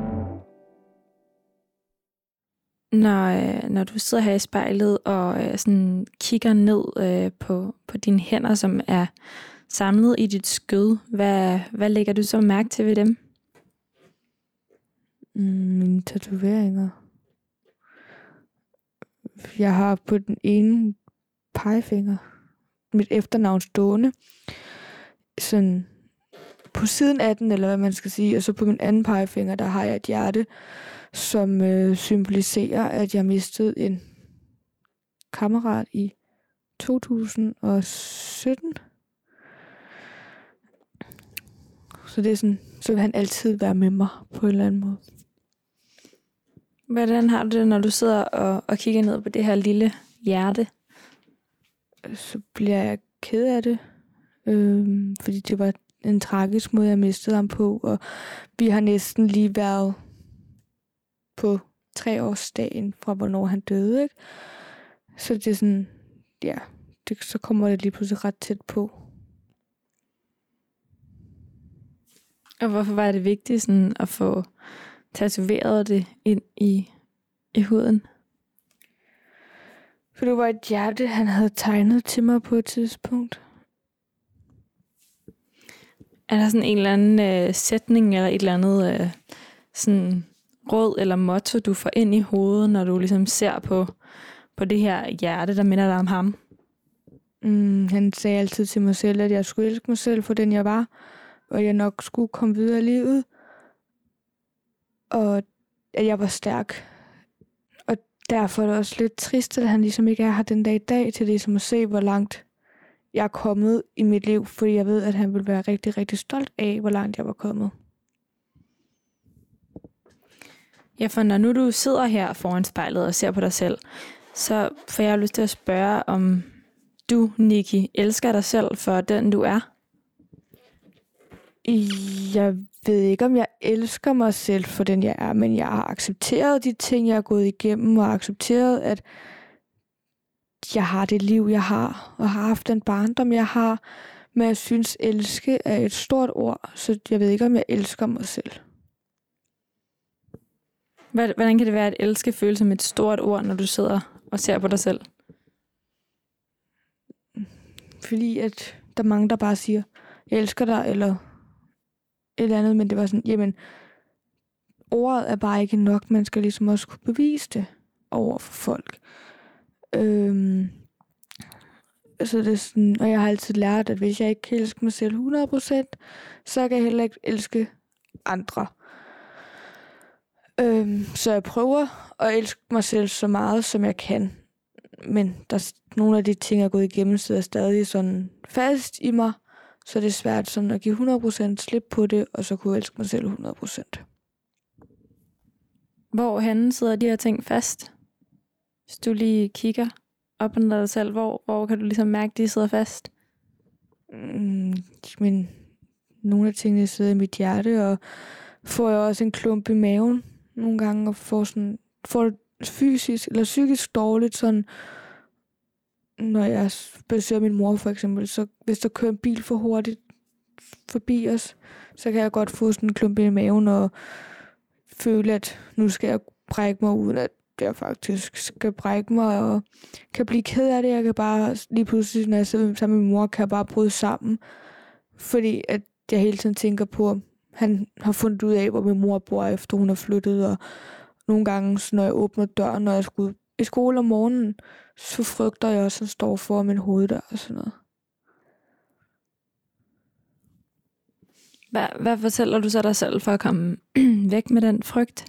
S1: Når du sidder her i spejlet og sådan kigger ned på dine hænder, som er samlet i dit skød, hvad lægger du så mærke til ved dem?
S2: Mine tatoveringer. Jeg har på den ene pegefinger mit efternavn stående. Sådan på siden af den, eller hvad man skal sige. Og så på min anden pegefinger, der har jeg et hjerte, som symboliserer, at jeg mistede en kammerat i 2017. Så det er sådan, så vil han altid være med mig på en eller anden måde.
S1: Hvordan har du det, når du sidder og kigger ned på det her lille hjerte?
S2: Så bliver jeg ked af det, fordi det var en tragisk måde, jeg mistede ham på, og vi har næsten lige været på 3-årsdagen fra, hvornår han døde, ikke? Så det er sådan, ja, så kommer det lige pludselig ret tæt på.
S1: Og hvorfor var det vigtigt sådan at få tatoveret det ind i huden?
S2: For det var et hjerte, han havde tegnet til mig på et tidspunkt.
S1: Er der sådan en eller anden sætning eller et eller andet sådan råd eller motto, du får ind i hovedet, når du ligesom ser på det her hjerte, der minder dig om ham?
S2: Han sagde altid til mig selv, at jeg skulle elske mig selv for den, jeg var, og jeg nok skulle komme videre i livet, og at jeg var stærk. Og derfor er det også lidt trist, at han ligesom ikke er her den dag i dag, til det som at se, hvor langt jeg er kommet i mit liv, fordi jeg ved, at han vil være rigtig, rigtig stolt af, hvor langt jeg var kommet.
S1: Ja, for når nu du sidder her foran spejlet og ser på dig selv, så får jeg lyst til at spørge, om du, Nikki, elsker dig selv for den, du er?
S2: Jeg ved ikke, om jeg elsker mig selv for den, jeg er, men jeg har accepteret de ting, jeg har gået igennem, og accepteret, at jeg har det liv, jeg har, og har haft den barndom, jeg har. Men jeg synes, elske er et stort ord, så jeg ved ikke, om jeg elsker mig selv.
S1: Hvordan kan det være at elske føles som et stort ord, når du sidder og ser på dig selv?
S2: Fordi at der er mange, der bare siger, jeg elsker dig, eller et eller andet, men det var sådan, jamen, ordet er bare ikke nok, man skal ligesom også kunne bevise det over for folk. Så det er sådan, og jeg har altid lært, at hvis jeg ikke kan elske mig selv 100%, så kan jeg heller ikke elske andre. Så jeg prøver at elske mig selv så meget, som jeg kan. Men nogle af de ting, jeg er gået igennem, sidder stadig sådan fast i mig. Så det er svært sådan at give 100% slip på det, og så kunne jeg elske mig selv 100%.
S1: Hvorhenne sidder de her ting fast? Hvis du lige kigger op og ned af dig selv, hvor kan du ligesom mærke, at de sidder fast?
S2: Men nogle af tingene sidder i mit hjerte, og får jeg også en klump i maven nogle gange, og får det fysisk eller psykisk dårligt, sådan, når jeg besøger min mor for eksempel, så hvis der kører en bil for hurtigt forbi os, så kan jeg godt få sådan en klump i maven, og føle, at nu skal jeg brække mig, uden at jeg faktisk skal brække mig, og kan blive ked af det. Jeg kan bare lige pludselig, når jeg sidder sammen med min mor, kan jeg bare bryde sammen, fordi at jeg hele tiden tænker på, at han har fundet ud af, hvor min mor bor, efter hun er flyttet, og nogle gange, når jeg åbner døren, når jeg skulle i skole om morgenen, så frygter jeg også, at han står foran min hoveddør og sådan noget.
S1: Hvad fortæller du så dig selv for at komme væk med den frygt?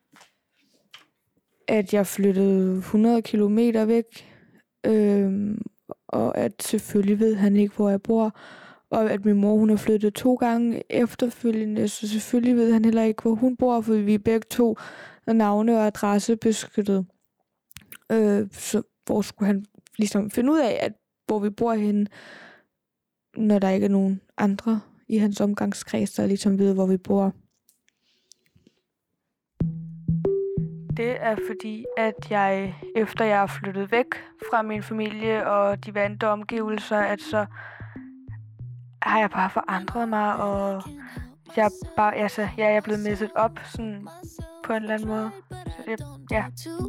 S2: At jeg flyttede 100 kilometer væk, og at selvfølgelig ved han ikke, hvor jeg bor, Og at min mor, hun er flyttet 2 gange efterfølgende, så selvfølgelig ved han heller ikke, hvor hun bor, for vi er begge 2 navne og adresse beskyttet. Så hvor skulle han ligesom finde ud af, at hvor vi bor henne, når der ikke er nogen andre i hans omgangskreds, der ligesom ved, hvor vi bor. Det er fordi, at jeg, efter jeg er flyttet væk fra min familie og de vante omgivelser, at så har jeg bare forandret mig, og jeg er blevet misset op sådan på en eller anden måde. Så det, ja.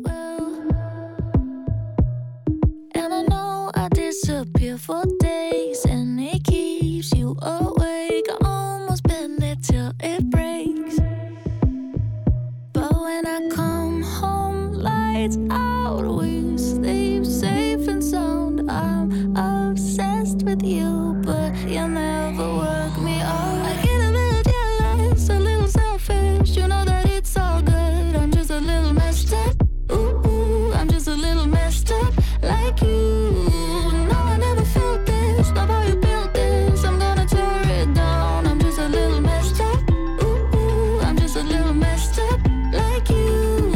S6: And I know I disappear for days, and it keeps you awake. I almost bend it till it breaks. But when I come home, lights out, we sleep safe and sound. I'm obsessed with you, but you'll never work me out. I get a little jealous, a little selfish. You know that it's all good. I'm just a little messed up. Ooh, I'm just a little messed up like you. No, I never felt this. Love how you built this. I'm gonna tear it down. I'm just a little messed up. Ooh, I'm just a little messed up like you.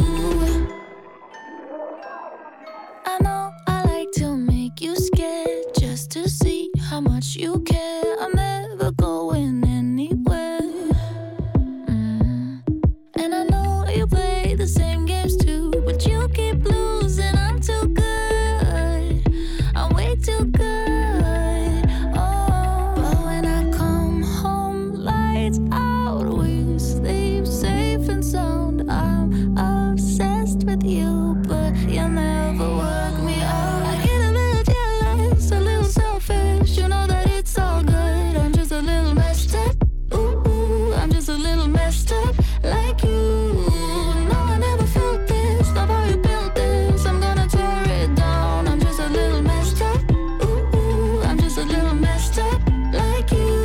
S6: I know I like to make you scared just to see how much you care. I'm never going anywhere. And I know you play the same games too, but you keep losing. I'm too good. I'm way too good. Oh, but when I come home, lights out, we sleep safe and sound. I'm obsessed with you, but you'll never work me out. I get a little jealous, a little selfish. You know that it's all good. I'm just a little messed up. Ooh, I'm just a little messed up like you. No, I never felt this. Love how you built this. I'm gonna tear it down. I'm just a little messed up. Ooh, I'm just a little messed up like you.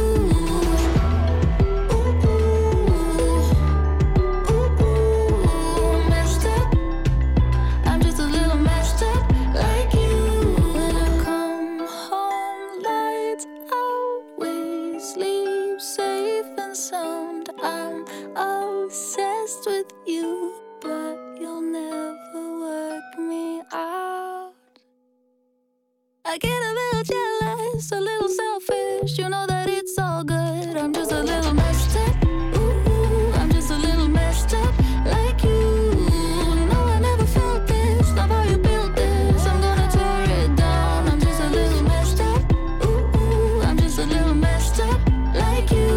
S6: Ooh, messed up. I'm just a little messed up like you. When I come home, lights out, we sleep safe and sound. I'm obsessed with you, but you'll never work me out. I get a little jealous, a little selfish. You know that it's all good. I'm just a little messed up. Ooh, I'm just a little messed up like you. No, I never felt this. Love how you built this. I'm gonna tear it down. I'm just a little messed up. Ooh, I'm just a little messed up like you.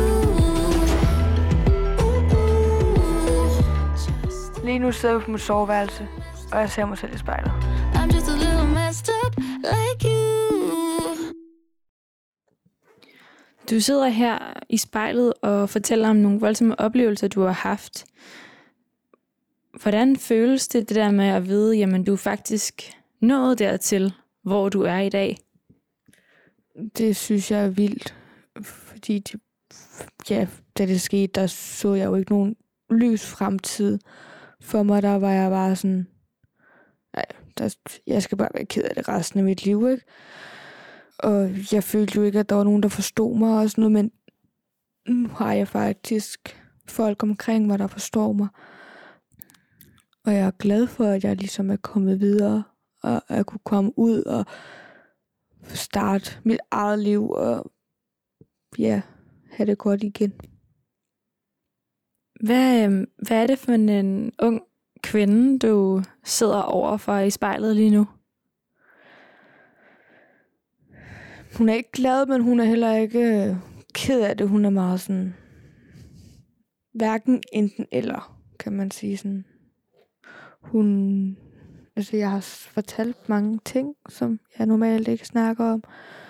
S2: Lige nu sidder vi på mit soveværelse, og jeg ser mig selv i spejlet.
S6: I'm just a little messed up like you.
S1: Du sidder her i spejlet og fortæller om nogle voldsomme oplevelser, du har haft. Hvordan føles det der med at vide, jamen du er faktisk nået dertil, hvor du er i dag?
S2: Det synes jeg er vildt, fordi da det skete, der så jeg jo ikke nogen lys fremtid. For mig, der var jeg bare sådan, jeg skal bare være ked af det resten af mit liv, ikke? Og jeg følte jo ikke, at der var nogen, der forstod mig og sådan noget, men nu har jeg faktisk folk omkring mig, der forstår mig. Og jeg er glad for, at jeg ligesom er kommet videre, og at kunne komme ud og starte mit eget liv, og have det godt igen.
S1: Hvad er det for en ung kvinde, du sidder overfor i spejlet lige nu?
S2: Hun er ikke glad, men hun er heller ikke ked af det. Hun er meget sådan, hverken enten eller, kan man sige sådan. Jeg har fortalt mange ting, som jeg normalt ikke snakker om.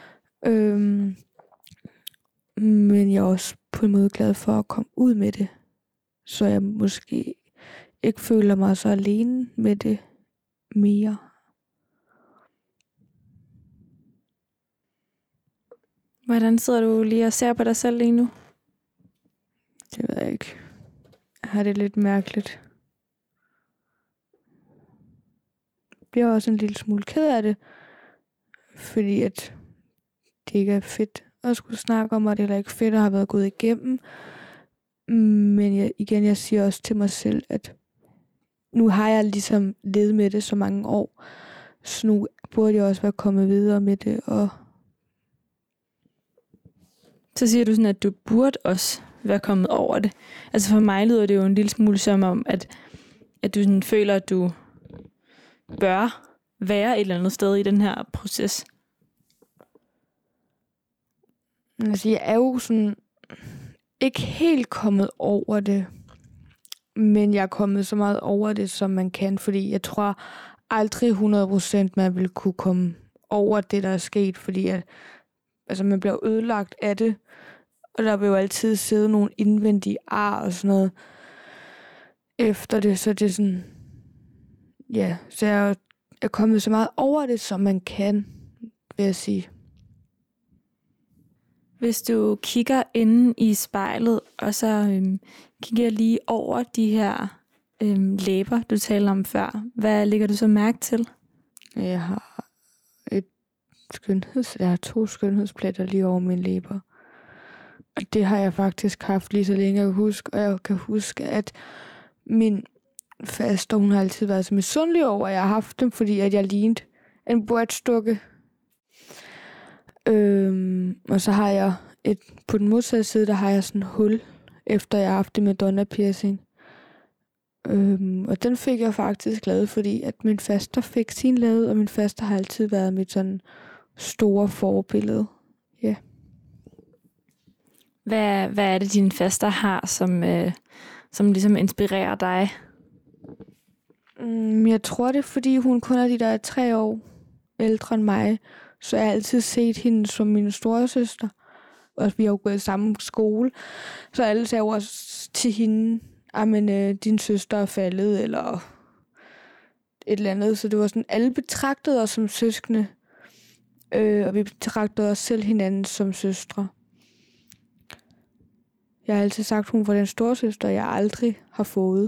S2: Men jeg er også på en måde glad for at komme ud med det. Så jeg måske ikke føler mig så alene med det mere.
S1: Hvordan sidder du lige og ser på dig selv lige nu?
S2: Det ved jeg ikke. Jeg har det lidt mærkeligt. Jeg bliver også en lille smule ked af det. Fordi at det ikke er fedt at skulle snakke om, og det er da ikke fedt at have været gået igennem. Men jeg siger også til mig selv, at nu har jeg ligesom levet med det så mange år, så nu burde jeg også være kommet videre med det. Og
S1: så siger du sådan, at du burde også være kommet over det. Altså for mig lyder det jo en lille smule som om, at du sådan føler, at du bør være et eller andet sted i den her proces.
S2: Altså, jeg er jo sådan ikke helt kommet over det, men jeg er kommet så meget over det, som man kan, fordi jeg tror aldrig 100% man vil kunne komme over det, der er sket, fordi at, altså, man bliver ødelagt af det, og der vil jo altid sidde nogle indvendige ar og sådan noget efter det, så det er sådan, ja, så jeg er kommet så meget over det, som man kan, vil jeg sige.
S1: Hvis du kigger inde i spejlet, og så kigger lige over de her læber, du talte om før, hvad lægger du så mærke til?
S2: Jeg har jeg har 2 skønhedspletter lige over mine læber. Og det har jeg faktisk haft lige så længe jeg kan huske. Og jeg kan huske, at min faster, hun har altid været så misundelig over, at jeg har haft dem, fordi at jeg lignede en bordstukke. Og så har jeg på den modsatte side, der har jeg sådan et hul, efter jeg har haft det med Madonna piercing. Og den fik jeg faktisk lavet, fordi at min faster fik sin lavet, og min faster har altid været mit sådan store forbillede. Ja. Yeah.
S1: Hvad er det, din faster har, som ligesom inspirerer dig?
S2: Jeg tror det, fordi hun kun er de der 3 år ældre end mig, så jeg har altid set hende som min storesøster. Og vi har jo gået i samme skole, så alle sagde også til hende, din søster er faldet, eller et eller andet. Så det var sådan, alle betragtede os som søskende, og vi betragtede os selv hinanden som søstre. Jeg har altid sagt, at hun var den storesøster, jeg aldrig har fået.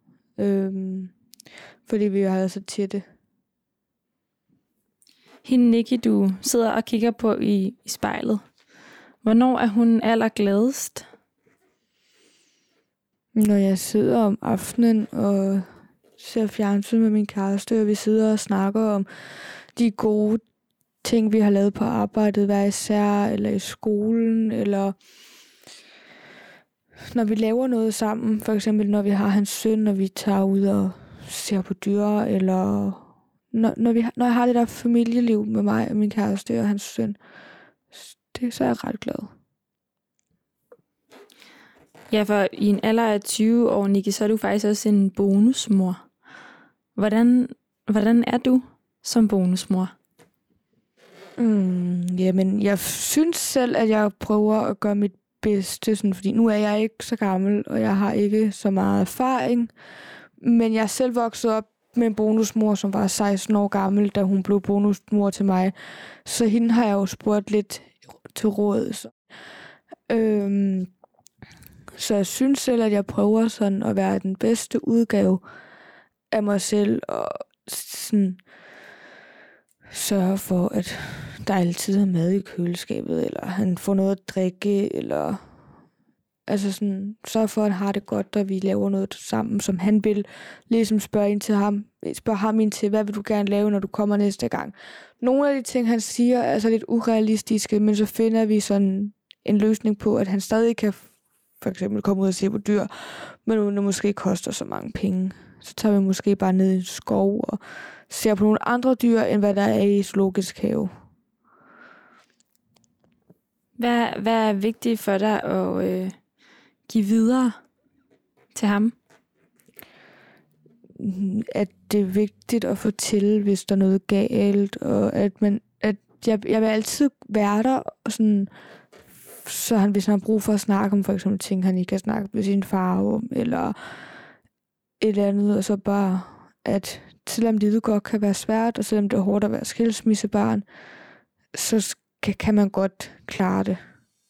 S2: Fordi vi har været så tætte.
S1: Hende Nikki, du sidder og kigger på i spejlet. Hvornår er hun allergladest?
S2: Når jeg sidder om aftenen og ser fjernsyn med min kæreste, og vi sidder og snakker om de gode ting, vi har lavet på arbejdet, hver især, eller i skolen, eller når vi laver noget sammen. For eksempel, når vi har hans søn, og vi tager ud og ser på dyr, eller når jeg har det der familieliv med mig og min kæreste og hans søn, så er jeg ret glad.
S1: Ja, for i en alder af 20 år, Nikki, så er du faktisk også en bonusmor. Hvordan er du som bonusmor?
S2: Jamen, jeg synes selv, at jeg prøver at gøre mit bedste, sådan, fordi nu er jeg ikke så gammel, og jeg har ikke så meget erfaring. Men jeg er selv vokset op med en bonusmor, som var 16 år gammel, da hun blev bonusmor til mig. Så hende har jeg jo spurgt lidt til råd. Så jeg synes selv, at jeg prøver sådan at være den bedste udgave af mig selv, og sådan sørge for, at der altid er mad i køleskabet, eller han får noget at drikke, eller altså sådan sørge for, at han har det godt, og vi laver noget sammen, som han vil. Ligesom spørge ham ind til, hvad vil du gerne lave, når du kommer næste gang. Nogle af de ting, han siger, er så lidt urealistiske, men så finder vi sådan en løsning på, at han stadig kan for eksempel komme ud og se på dyr, men uden det måske koster så mange penge. Så tager vi måske bare ned i en skov og ser på nogle andre dyr, end hvad der er i zoologisk have.
S1: Hvad er vigtigt for dig at give videre til ham?
S2: At det er vigtigt at fortælle, hvis der er noget galt, og at jeg vil altid være der, og sådan, så hvis han har brug for at snakke om for eksempel ting, han ikke kan snakke med sin far om, eller et eller andet, og så bare, at selvom det godt kan være svært, og selvom det er hårdt at være skilsmissebarn, så kan man godt klare det.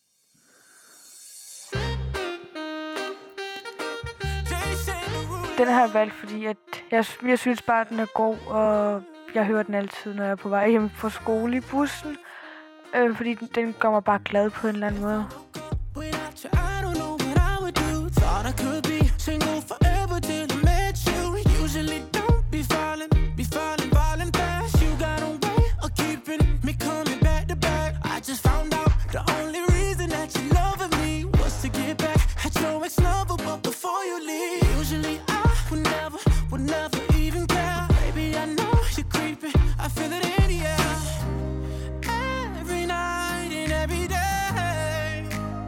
S2: Den har jeg valgt, fordi at jeg synes bare, at den er god, og jeg hører den altid, når jeg er på vej hjem fra skole i bussen. Fordi den gør mig bare glad på en eller anden måde.
S5: Without you, I don't know what I would do. Thought I could be single forever till I met you. Usually don't be falling fast. You got a way of keeping me coming back to back. I just found out the only reason that you loving me was to get back at your ex-lover, but before you leave. Usually I would never even care. Baby, I know you're creeping. I feel it in the air. Every night and every day,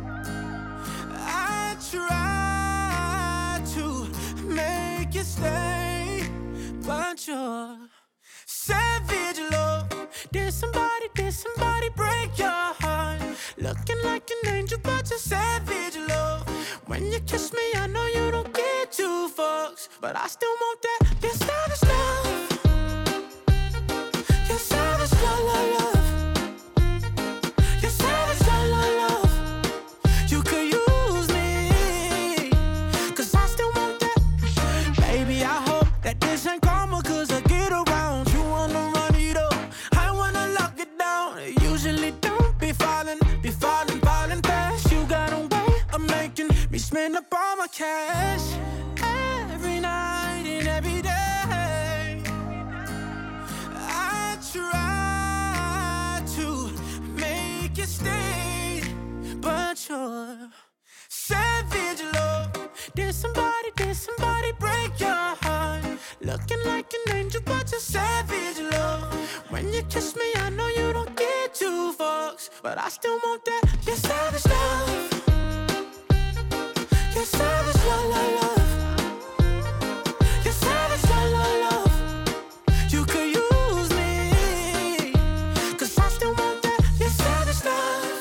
S5: I try to make you stay, but you're savage love. Did somebody break your heart? Looking like an angel, but you're savage love. When you kiss me, I know you don't get two fucks, but I still want that. You're savage love. You're savage love, love, love. You're savage love, love, love. You could use me, 'cause I still want that. Baby, I hope that this ain't karma, 'cause I get around. You wanna run it up, I wanna lock it down. Usually don't be falling fast. You got a way of making me spend up all my cash. Every night and every day, I try to make you stay, but you're savage love. Did somebody break your heart? Looking like an angel, but you're savage love. When you kiss me, I know you don't get two fucks, but I still want that. You're savage love. You're savage love, love, love. You're savage love, love, love. You could use me, 'cause I still want that. You're savage love.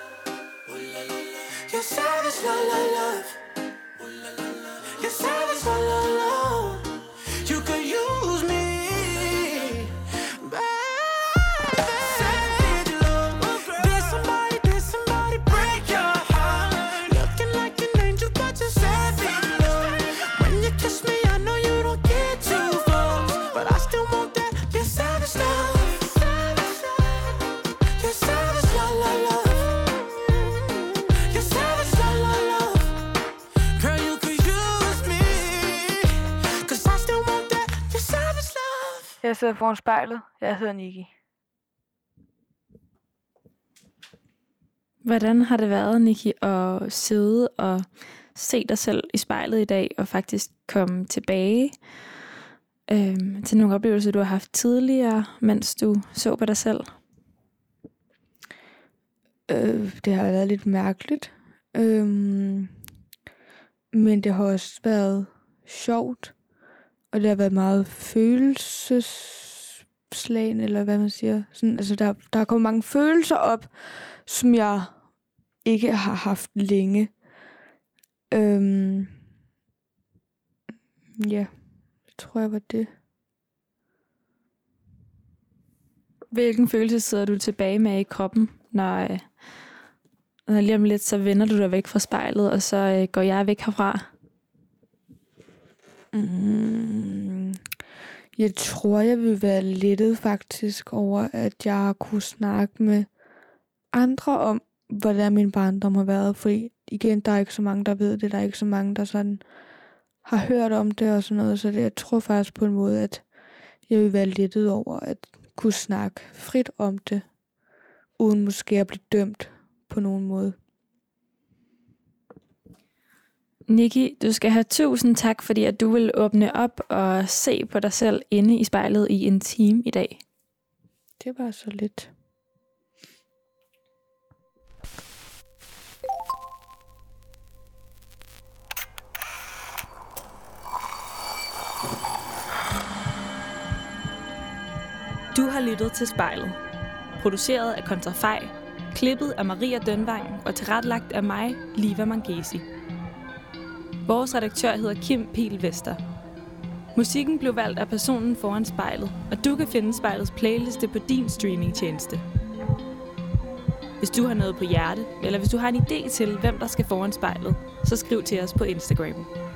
S5: You're savage love, love, love. You're savage love, love, love. You could use me, baby. Savage love. Did somebody break your heart? Looking like an angel, but you're savage love. When you kiss me, I know you don't get two fucks, but I still want that. You're savage love. You're savage love, love, love. You're savage love, love, love. Girl, you could use me, 'cause I still want that. You're savage love.
S2: Jeg sidder foran spejlet. Jeg hedder Nikki.
S1: Hvordan har det været, Nikki, at sidde og se dig selv i spejlet i dag, og faktisk komme tilbage til nogle oplevelser, du har haft tidligere, mens du så på dig selv?
S2: Det har været lidt mærkeligt. Men det har også været sjovt. Og det har været meget følelseslagende, eller hvad man siger. Sådan, altså der er kommet mange følelser op, som jeg ikke har haft længe. Ja, det tror jeg var det.
S1: Hvilken følelse sidder du tilbage med i kroppen, når lige om lidt, så vender du dig væk fra spejlet, og så går jeg væk herfra?
S2: Jeg tror, jeg vil være lettet faktisk over, at jeg kunne snakke med andre om, hvordan min barndom har været. Fordi igen, der er ikke så mange, der ved det. Der er ikke så mange, der sådan har hørt om det og sådan noget. Så jeg tror faktisk på en måde, at jeg vil være lettet over at kunne snakke frit om det, uden måske at blive dømt på nogen måde.
S1: Nikki, du skal have 1000 tak, fordi at du vil åbne op og se på dig selv inde i spejlet i en time i dag.
S2: Det var så lidt.
S1: Du har lyttet til Spejlet. Produceret af Kontrafej, klippet af Maria Dønvang og tilrettelagt af mig, Liva Mangesi. Vores redaktør hedder Kim Pihl Vester. Musikken blev valgt af personen foran spejlet, og du kan finde spejlets playliste på din streamingtjeneste. Hvis du har noget på hjerte, eller hvis du har en idé til, hvem der skal foran spejlet, så skriv til os på Instagram.